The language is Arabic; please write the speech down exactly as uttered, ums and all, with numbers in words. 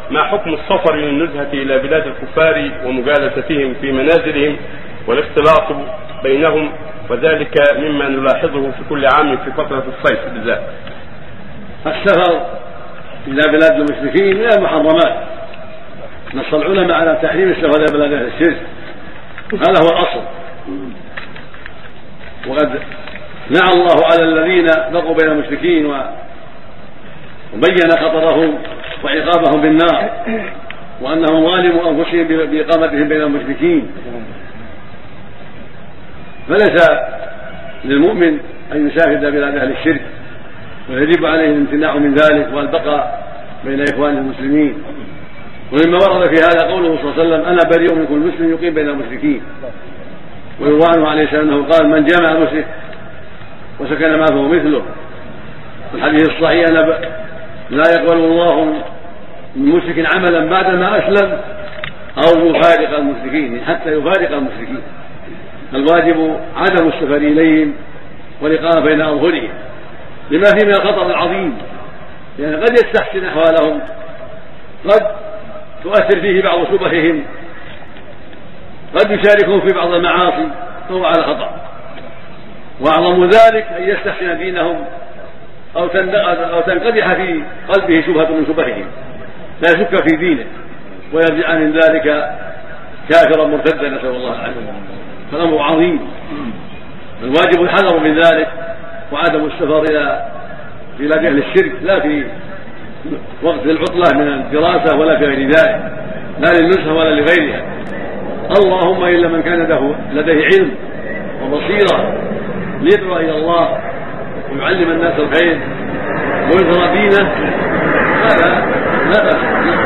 ما حكم السفر للنزهة إلى بلاد الكفار ومجالستهم في منازلهم والاختلاط بينهم، وذلك مما نلاحظه في كل عام في فترة الصيف بالذات؟ السفر إلى بلاد المشركين من المحرمات، نص العلماء على تحريم السفر إلى بلاد أهل الشرك، هذا هو الأصل. وقد نعى الله على الذين بقوا بين المشركين وبين خطرهم وعقابهم بالنار، وأنهم ظالموا أنفسهم بإقامتهم بين المشركين. فليس للمؤمن أن يسافر إلى بلاد أهل الشرك، ويجب عليه الامتناع من ذلك والبقاء بين إخوان المسلمين. ومما ورد في هذا قوله صلى الله عليه وسلم: أنا بريء من كل مسلم يقيم بين المشركين. ويروى عنه عليه السلام أنه قال: من جامع المشرك وسكن معه فهو مثله. في الحديث الصحيح: أنا لا يقبل الله من مشرك عملا بعدما أسلم أو يفارق المشركين، حتى يفارق المشركين. الواجب عدم السفر إليهم والإقامة بين أظهرهم لما فيه من الخطر العظيم، لأن يعني قد يستحسن أحوالهم، قد تؤثر فيه بعض شبههم، قد يشاركهم في بعض المعاصي، فهو على خطأ. وأعظم ذلك أن يستحسن دينهم أو تنقدح في قلبه شبهة من شبههم لا يشك في دينه ويرجع من ذلك كافرا مرتدا، نسأل الله العافية. فالأمر عظيم، الواجب الحذر من ذلك وعدم السفر إلى بلاد أهل الشرك، لا في وقت العطلة من الدراسة ولا في غير ذلك، لا للنزهة ولا لغيرها. اللهم إلا من كان له لديه علم وبصيرة ليدعو إلى الله ويعلم الناس الخير ويظهر دينه، هذا لا بأس.